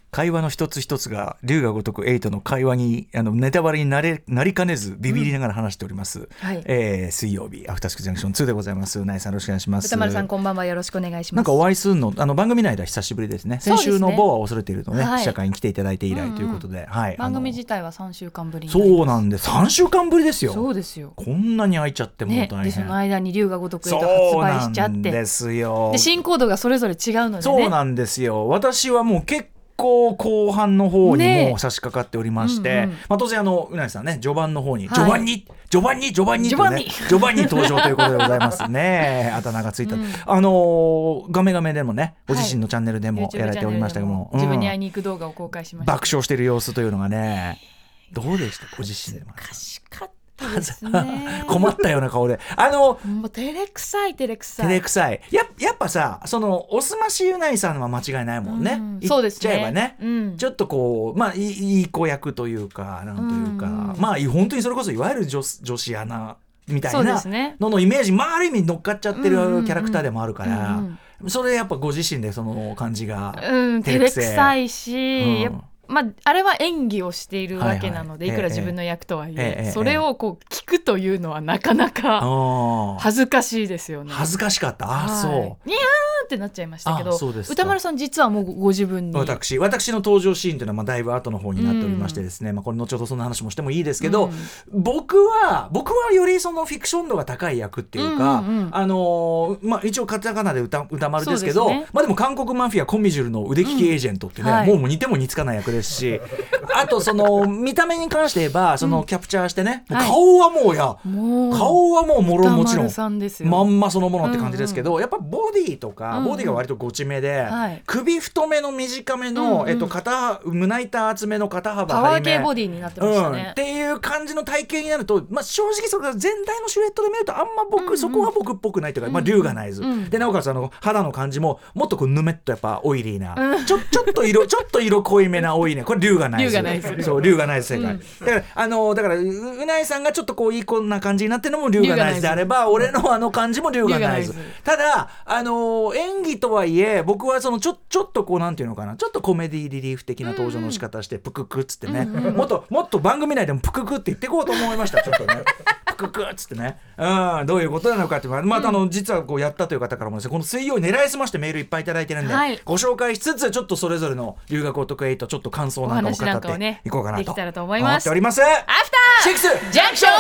会話の一つ一つが龍が如く8の会話にネタバレになりかねずビビりながら話しております、はい、水曜日アフターシックスジャンクション2でございます。うないさんよろしくお願いします。 歌丸さんこんばんは、よろしくお願いします。 なんかお会いするの番組内では久しぶりですね。先週の某は恐れているとね、はい、記者会に来ていただいて以来ということで、はい、 番組自体は3週間ぶりになります。 そうなんです。3週間ぶりですよ。 そうですよ。 こんなに空いちゃってもう大変、 でその間に龍が如く8発売しちゃって、そうなんですよ。で新コードがそれぞれ違うのでね。そうなんですよ。 私はもう結構後半の方にもう差し掛かっておりまして、当然うなぎさんね序盤の方に、序盤にとね序盤に登場ということでございますね。あだ名がついた、ガメガメでもねご自身のチャンネルでもやられておりましたけども、 自分に会いに行く動画を公開しました。 爆笑している様子というのがね、どうでしたご自身でも。 難しかったですね。 困ったような顔でもう照れくさいやっぱさ、そのおすましゆないさんは間違いないもんね、 そうですね。 言っちゃえばね、ちょっとこうまあいい子役というかなんというか、まあ本当にそれこそいわゆる女子アナみたいなののイメージ、ある意味乗っかっちゃってるキャラクターでもあるから、それやっぱご自身でその感じが照れくさいし、あれは演技をしているわけなので、いくら自分の役とはいえ、それをこう聞くというのはなかなか恥ずかしいですよね。 恥ずかしかった。そうにゃーってなっちゃいましたけど、歌丸さん実はもうご自分に私の登場シーンというのはだいぶ後の方になっておりましてですね、これ後ほどその話もしてもいいですけど、僕はよりそのフィクション度が高い役っていうか、一応カタカナで歌丸ですけど、でも韓国マフィアコンビジュルの腕利きエージェントってね、もう似ても似つかない役ですし、あとその見た目に関して言えばそのキャプチャーしてね、顔はもうもちろんまんまそのものって感じですけど、やっぱボディとかボディが割とごちめで、首太めの短めの、胸板厚めの肩幅パワー系ボディになってましたね、 っていう感じの体型になると、正直それが全体のシルエットで見るとあんまそこは僕っぽくないというか、龍がないず、でなおかつ肌の感じももっとこうぬめっとやっぱオイリーな、ちょっと色濃いめなオイリーな、これ龍がないず、そう龍がないず世界、だからうないさんがちょっとこういいこんな感じになってるのも龍がないずであれば、俺の感じも龍がないず。ただ演技とはいえ僕はそのちょっとこうなんていうのかな、ちょっとコメディリリーフ的な登場の仕方してプククっつってね、もっと番組内でもプククって言っていこうと思いました。ちょっとねプククっつってね、どういうことなのかっていうのは、実はこうやったという方からもですね、この水曜に狙いすましてメールいっぱいいただいてるんで、ご紹介しつつちょっとそれぞれの龍が如く8ちょっと感想なんかも語っていこうかなと思っております。アフターシックスジャンクション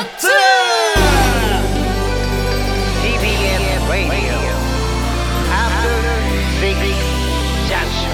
2TBS Radio After 6 Junction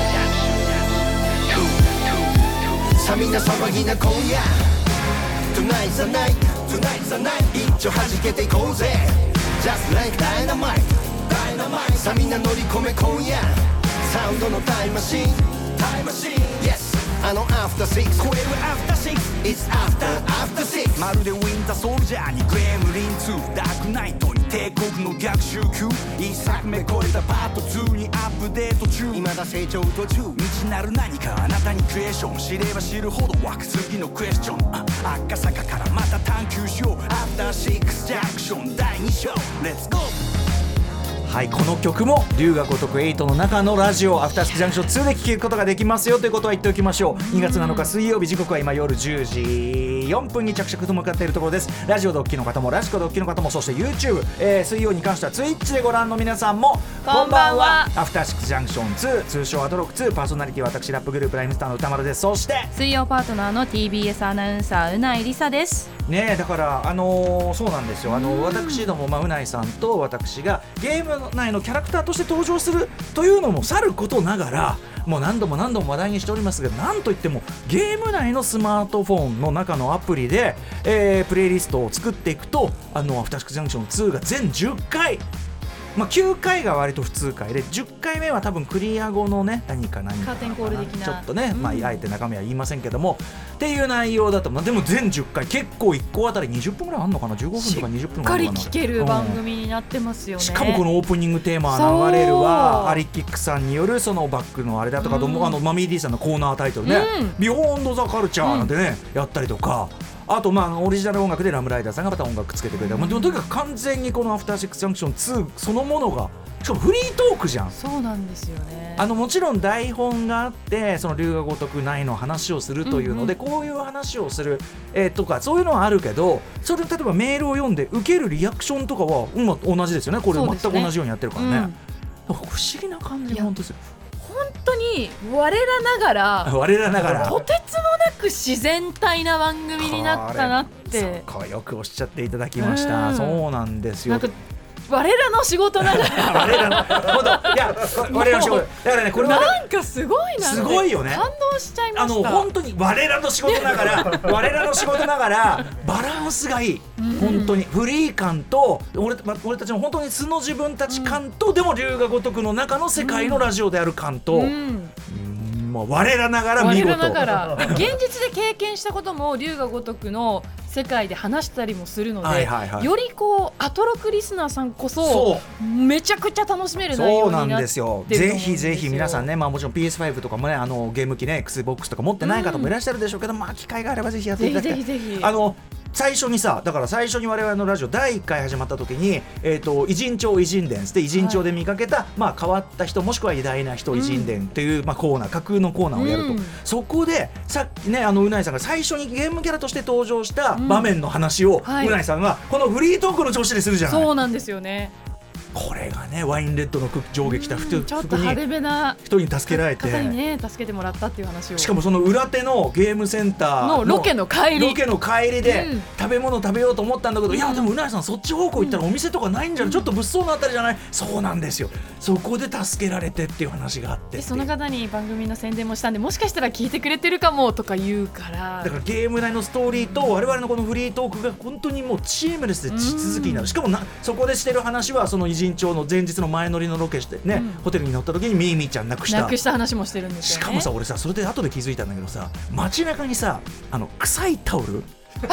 さあみんな騒ぎな今夜 Tonight's the night Tonight's the night 一丁弾けていこうぜ Just like dynamite さあみんな乗り込め今夜サウンドのタイムマシン Yes After 6超える After 6 It's After 6 まるでウィンターソルジャーにグレムリン2ダークナイトに帝国の逆襲級一作目これだパート2にアップデート中未だ成長途中未知なる何かあなたにクエスチョン知れば知るほど湧く次のクエスチョン赤坂からまた探求しよう After 6ジャンクション第2章 Let's go。 はい、この曲も龍が如く8の中のラジオアフターシックスジャンクション2で聴くことができますよということは言っておきましょう。2月7日水曜日、時刻は今夜10時4分に着々と向かっているところです。ラジオドッキの方もラジコドッキの方も、そして YouTube、水曜に関しては Twitch でご覧の皆さんもこんばんは。 アフターシックスジャンクション2通称アトロック2パーソナリティは私ラップグループライムスターの歌丸です。そして水曜パートナーの TBS アナウンサーうないりさですね。だからそうなんですよ。私ども、うないさんと私がゲーム内のキャラクターとして登場するというのもさることながら、もう何度も話題にしておりますが、なんといってもゲーム内のスマートフォンの中のアプリで、プレイリストを作っていくとアフターシックスジャンクション2が全10回、9回が割と普通回で、10回目は多分クリア後のね何かカーテンコール的なちょっとね、あえて中身は言いませんけどもっていう内容だと、でも全10回結構1個あたり20分ぐらいあるのかな、15分とか20分ぐらいあるのかな、 しっかり聴ける番組になってますよね。 しかもこのオープニングテーマ流れるはアリキックさんによるそのバックのあれだとか、マミー D さんのコーナータイトルね、ビヨンドザカルチャーなんてね、やったりとか、あとオリジナル音楽でラムライダーさんがまた音楽つけてくれた、とにかく完全にこのアフターシックスジャンクション2そのものがしかもフリートークじゃん。 そうなんですよね。 もちろん台本があってその龍が如くないの話をするというので、こういう話をする、とかそういうのはあるけど、それ例えばメールを読んで受けるリアクションとかは、同じですよね。これ全く同じようにやってるからね。なんか不思議な感じが本当ですよ。 本当に我らながらとてつもなく自然体な番組になったなって。 そこよくおっしゃっていただきました。そうなんですよ。 なんか我らの仕事ながら我らの我らの仕事だからね、これなんかすごいな、 すごいよね。 感動しちゃいました。 本当に我らの仕事ながら我らの仕事ながらバランスがいい。本当にフリー感と俺たちの本当に素の自分たち感と、でも龍が如くの中の世界のラジオである感と、我らながら見事。 我らながら現実で経験したことも龍が如くの世界で話したりもするので、よりこうアトロクリスナーさんこそめちゃくちゃ楽しめる内容になってると思うんですよ。 そうなんですよ。ぜひぜひ皆さんね、もちろん PS5 とかもね、ゲーム機ね、XBOX とか持ってない方もいらっしゃるでしょうけど、機会があればぜひやっていただきたい。 ぜひ最初にさ、だから最初に我々のラジオ第1回始まった時に、偉人帳偉人伝で偉人帳で見かけた、変わった人もしくは偉大な人偉人伝っていう、コーナー、架空のコーナーをやると、そこでさっきね、うないさんが最初にゲームキャラとして登場した場面の話を、うないさんがこのフリートークの調子でするじゃない。 そうなんですよね。 これがね、ワインレッドの上下着たちょっと派手めな人に助けられて、 方にね助けてもらったっていう話を、 しかもその裏手のゲームセンターのロケの帰りで、食べ物食べようと思ったんだけど、いやでもうなやさんそっち方向行ったらお店とかないんじゃない、ちょっと物騒なあたりじゃない。そうなんですよ。そこで助けられてっていう話があって、 でその方に番組の宣伝もしたんで、もしかしたら聞いてくれてるかもとか言うから、 だからゲーム内のストーリーと我々のこのフリートークが本当にもうチームレスで地続きになる。しかもそこでしてる話はその偉人帳の前日の前乗りのロケしてね、ホテルに乗った時にミーミーちゃん亡くした話もしてるんですよね。 しかもさ、俺さそれで後で気づいたんだけどさ、街中にさ臭いタオル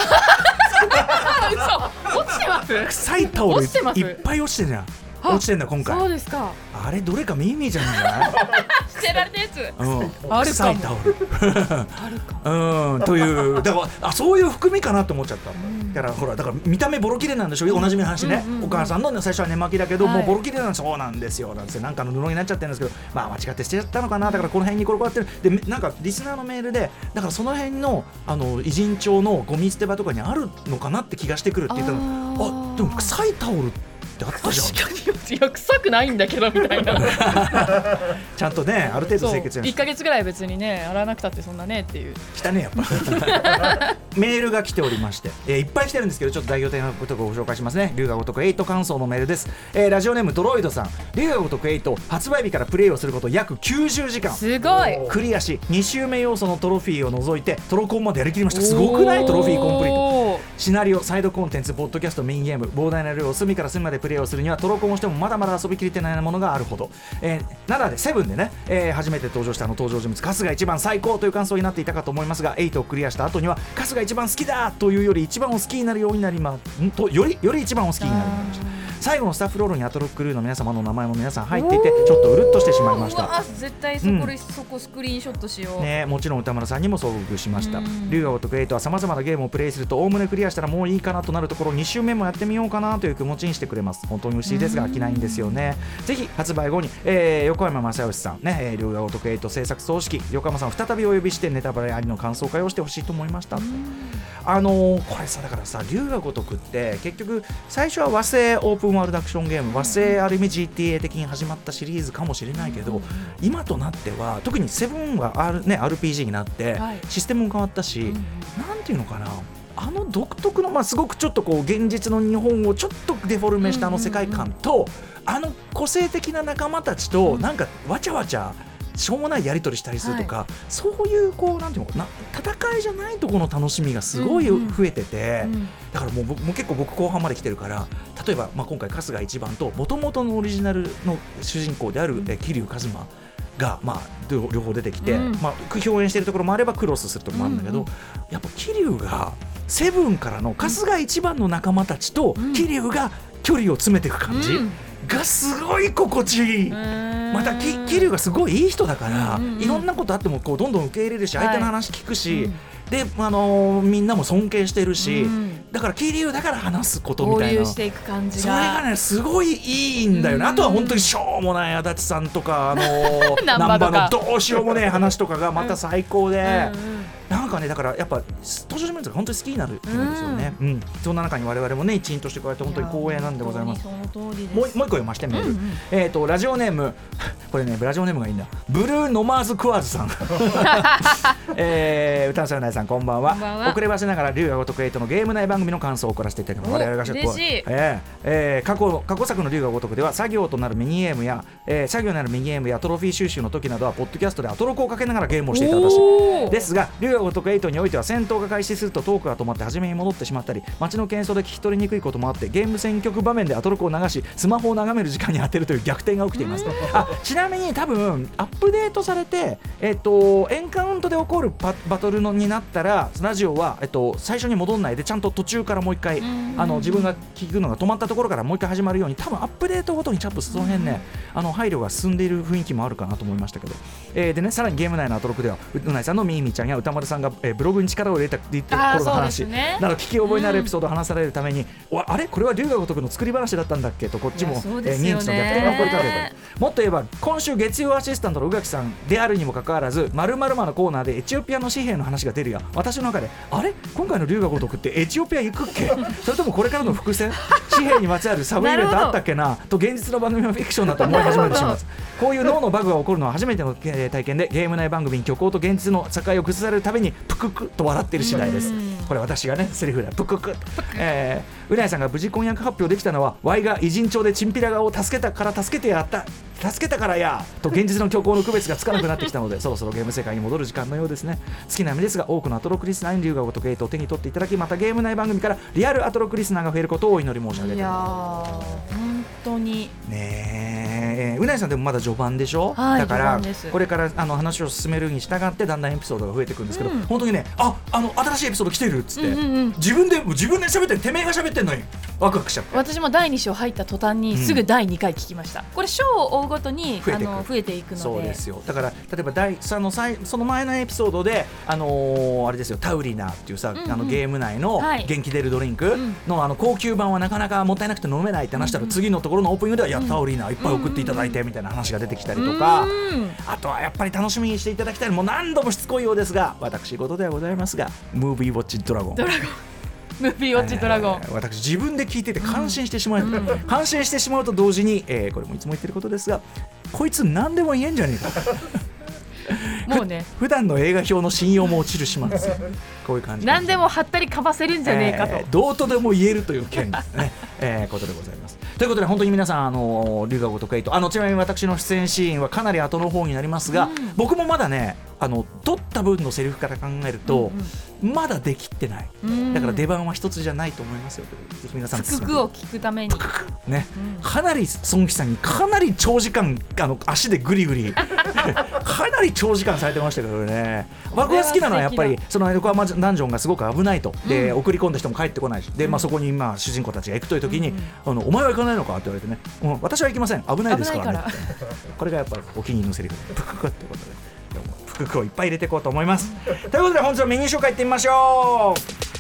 嘘、落ちてます。 臭いタオルいっぱい落ちてるじゃん。落ちてんだ今回。 そうですか。 あれどれかミーミーじゃないんじゃない捨てられたやつ、 臭いタオルという、だからそういう含みかなと思っちゃった。だからほら、だから見た目ボロキレなんでしょ、おなじみの話ね。お母さんの最初は寝巻きだけど、もうボロキレなんです。そうなんですよ、なんかの布になっちゃってるんですけど、間違って捨てちゃったのかな。だからこの辺にこうやってるで、なんかリスナーのメールで、だからその辺の偉人帳のゴミ捨て場とかにあるのかなって気がしてくるって言ったの。でも臭いタオルってあったじゃん。 確かに、いや臭くないんだけどみたいなちゃんとね、ある程度清潔に 1ヶ月ぐらい別にね洗わなくたってそんなねっていう。 汚ねやっぱメールが来ておりまして、いっぱい来てるんですけど、ちょっと代表的なことをご紹介しますね。龍が如く8感想のメールです。ラジオネームドロイドさん、龍が如く8発売日からプレイをすること約90時間、 すごいクリアし、2周目要素のトロフィーを除いてトロコンまでやりきりました。すごくない？トロフィーコンプリート。シナリオ、サイドコンテンツ、ポッドキャスト、メインゲーム、膨大な量を隅から隅までプレイをするにはトロコンをしてもまだまだ遊びきれてないものがあるほど、奈良でセブンでね、初めて登場した登場人物春日一番最高という感想になっていたかと思いますが、8をクリアした後には春日一番好きだというより一番を好きになるようになりより一番を好きになりました。最後のスタッフロールにアトロッククルーの皆様の名前も皆さん入っていて、ちょっとうるっとしてしまいました。 絶対そこスクリーンショットしよう、 ね、もちろん歌村さんにも遭遇しました。龍が如く8はさまざまなゲームをプレイするとおおむねクリアしたらもういいかなとなるところ、2周目もやってみようかなという気持ちにしてくれます。本当に不思議ですが飽きないんですよね。ぜひ発売後に、横山正義さんね、龍が如く8制作総指揮横山さんを再びお呼びしてネタバレありの感想会をしてほしいと思いました。これさ、だからさ、龍が如くって結局最初は和製オープンワールドアクションゲーム、和製ある意味 GTA 的に始まったシリーズかもしれないけど、今となっては特に7は、RPG になって、システムも変わったし、なんていうのかな、独特の、すごくちょっとこう現実の日本をちょっとデフォルメした世界観と、個性的な仲間たちとなんかわちゃわちゃしょうもないやり取りしたりするとか、そういうこうなんていうのかな、戦いじゃないところの楽しみがすごい増えてて、だからもう結構僕後半まで来てるから、例えば、今回春日一番と元々のオリジナルの主人公である桐生一馬が、両方出てきて、共演しているところもあればクロスするところもあるんだけど、やっぱ桐生がセブンからの春日一番の仲間たちと桐生が距離を詰めていく感じ、 がすごい心地いい。また桐生がすごいいい人だから、いろんなことあってもこうどんどん受け入れるし、相手の話聞くし、でみんなも尊敬してるし、だから桐生だから話すことみたいな、 交流していく感じがそれがねすごいいいんだよね。あとは本当にしょうもない足立さんとか難難波とか波のどうしようもねえ話とかがまた最高で、なんかねだからやっぱ登場人物が本当に好きになるんですよね。そんな中に我々もね一員としてこうやって本当に光栄なんでございます。もう一個読ましてみる。ラジオネームこれねラジオネームがいいんだ。ブルーノマーズクワーズさん。歌のさよならさんこんばんは。遅ればせながら龍が如く8のゲーム内番組の感想を送らせていただきます。我々が嬉しい。 過去作の龍が如くでは作業となるミニゲームやトロフィー収集の時などはポッドキャストでアトロクをかけながらゲームをしていた私ですが、龍が如く8においては戦闘が開始するとトークが止まって初めに戻ってしまったり、街の喧騒で聞き取りにくいこともあってゲーム選曲場面でアトロクを流しスマホを眺める時間に当てるという逆転が起きています。ちなみに多分アップデートされて、エンカウントで起こるバトルになったらラジオは、最初に戻んないでちゃんと途中からもう一回自分が聞くのが止まったところからもう一回始まるように、多分アップデートごとにちゃんとその辺ね配慮が進んでいる雰囲気もあるかなと思いましたけど、でねさらにゲーム内のアトロクではうないさんのみーみーちゃんや歌丸さんが、ブログに力を入れた頃の話、など聞き覚えのあるエピソードを話されるために、あれこれは龍が如くの作り話だったんだっけとこっちも、認知の逆転が起こりかけて、もっと言えば今週月曜アシスタントの宇垣さんであるにもかかわらず〇〇のコーナーでエチオピアの紙幣の話が出るや、私の中であれ今回の龍が如くってエチオピア行くっけそれともこれからの伏線紙幣にまつわるサブイベントあったっけなと現実の番組はフィクションだと思い始めてしまうこういう脳のバグが起こるのは初めての体験で、ゲーム内番組に虚構と現実の境を崩されるたびにプククと笑っている次第です。これ私がねセリフだプククうなやさんが無事婚約発表できたのはワイが偉人帳でチンピラ側を助けたからやと現実の虚構の区別がつかなくなってきたのでそろそろゲーム世界に戻る時間のようですね。好きな意味ですが多くのアトロクリスナーに龍が如く8を手に取っていただき、またゲーム内番組からリアルアトロクリスナーが増えることをお祈り申し上げています。 本当にねうなやさんでもまだ序盤でしょ、だからこれから話を進めるに従ってだんだんエピソードが増えていくんですけど、本当にね新しいエピソード来てるっつって、自分で喋っててめえが喋ってんのにワクワクしちゃって、 私も第2章入った途端にすぐ第2回聞きました。これ章を追うごとに増えていくので、 そうですよ。だから例えばその前のエピソードであれですよ、タウリナーっていうさ、ゲーム内の元気出るドリンクの、高級版はなかなかもったいなくて飲めないって話したら、次のところのオープニングでは、いやタウリナーいっぱい送っていただいてみたいな話が出てきたりとか、あとはやっぱり楽しみにしていただきたい、もう何度もしつこいようですが私事ではございますが、ムービーウォッチドラゴンムービーウォッチドラゴン、 私自分で聞いてて感心してしまう、感心してしまうと同時に、これもいつも言ってることですが、こいつ何でも言えんじゃねえかもうね普段の映画表の信用も落ちるしますこういう感じ、 何でも貼ったりかばせるんじゃねえかと、 どうとでも言えるという件ですねことでございます。ということで本当に皆さん龍が如く8、ちなみに私の出演シーンはかなり後の方になりますが、僕もまだね撮った分のセリフから考えると、まだできってない、だから出番は一つじゃないと思いますよ。ぜひ皆さんプククを聞くためにね、かなり孫毅さんにかなり長時間足でグリグリかなり長時間されてましたけどね。僕が好きなのはやっぱりその横浜ダンジョンがすごく危ないと、で送り込んだ人も帰ってこないし、で、そこに主人公たちが行くという時に、お前は行かないのかって言われてね、私は行きません、危ないですからねこれがやっぱりお気に入りのセリフでプククってことで、プククをいっぱい入れていこうと思いますということで本日のメニュー紹介いってみましょ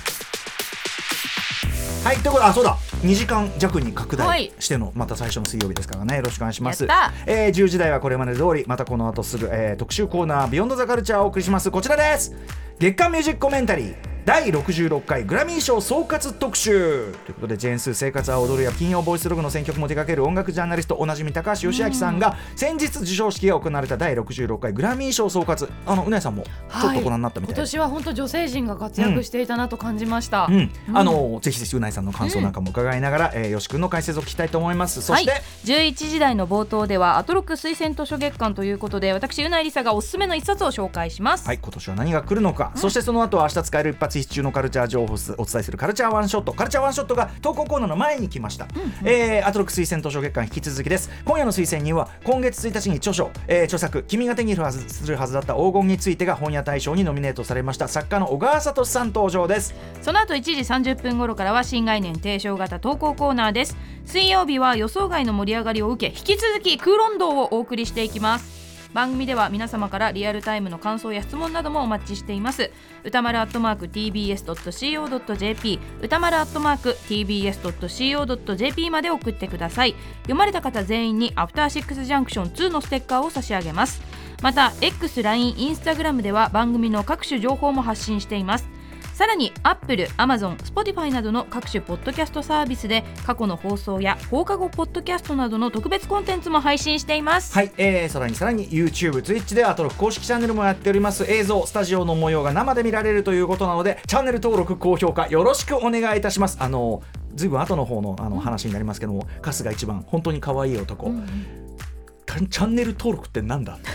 う。はい、ということでそうだ2時間弱に拡大してのまた最初の水曜日ですからね、よろしくお願いします。10時台はこれまで通り、またこの後する、特集コーナービヨンドザカルチャーをお送りします。こちらです。月刊ミュージックコメンタリー第66回グラミー賞総括特集ということで、ジェーンスー生活は踊るや金曜ボイスログの選曲も手掛ける音楽ジャーナリストおなじみ高橋義明さんが、先日授賞式が行われた第66回グラミー賞総括、うなえさんもちょっとご覧になったみたいで、 今年は本当女性陣が活躍していたなと感じました。 ぜひぜひうなえさんの感想なんかも伺いながら、よし君の解説を聞きたいと思います。そして、 11時台の冒頭ではアトロック推薦図書月間ということで、私うなえりさがおすすめの一冊を紹介します。 はい、今年は何が来るのか、そしてその後は明日使える一発月必中のカルチャー情報をお伝えするカルチャーワンショット。カルチャーワンショットが投稿コーナーの前に来ました。アトロック推薦図書月間引き続きです。今夜の推薦人は今月1日に著作君が手にするはずだった黄金についてが本屋大賞にノミネートされました作家の小川聡さん登場です。 その後1時30分頃からは新概念提唱型投稿コーナーです。水曜日は予想外の盛り上がりを受け、引き続き空論道をお送りしていきます。番組では皆様からリアルタイムの感想や質問などもお待ちしています。歌丸@tbs.co.jp 歌丸@tbs.co.jp まで送ってください。読まれた方全員にアフターシックスジャンクション2のステッカーを差し上げます。また X、LINE、Instagram では番組の各種情報も発信しています。さらに Apple、Amazon、Spotify などの各種ポッドキャストサービスで過去の放送や放課後ポッドキャストなどの特別コンテンツも配信しています。 はい、さらに YouTube、Twitch でアトロック公式チャンネルもやっております。映像、スタジオの模様が生で見られるということなのでチャンネル登録、高評価よろしくお願いいたします。ずいぶん後の方の話になりますけども、春日一番本当に可愛い男、チャンネル登録ってなんだ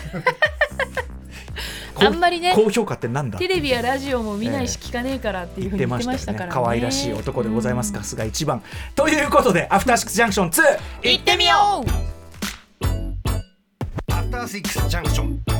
あんまりね、 高評価ってなんだ、 テレビやラジオも見ないし聞かねえからっていうふうに言ってましたからね。 可愛らしい男でございます。春日一番ということで、アフターシックスジャンクション2 行ってみよう。 アフターシックスジャンクション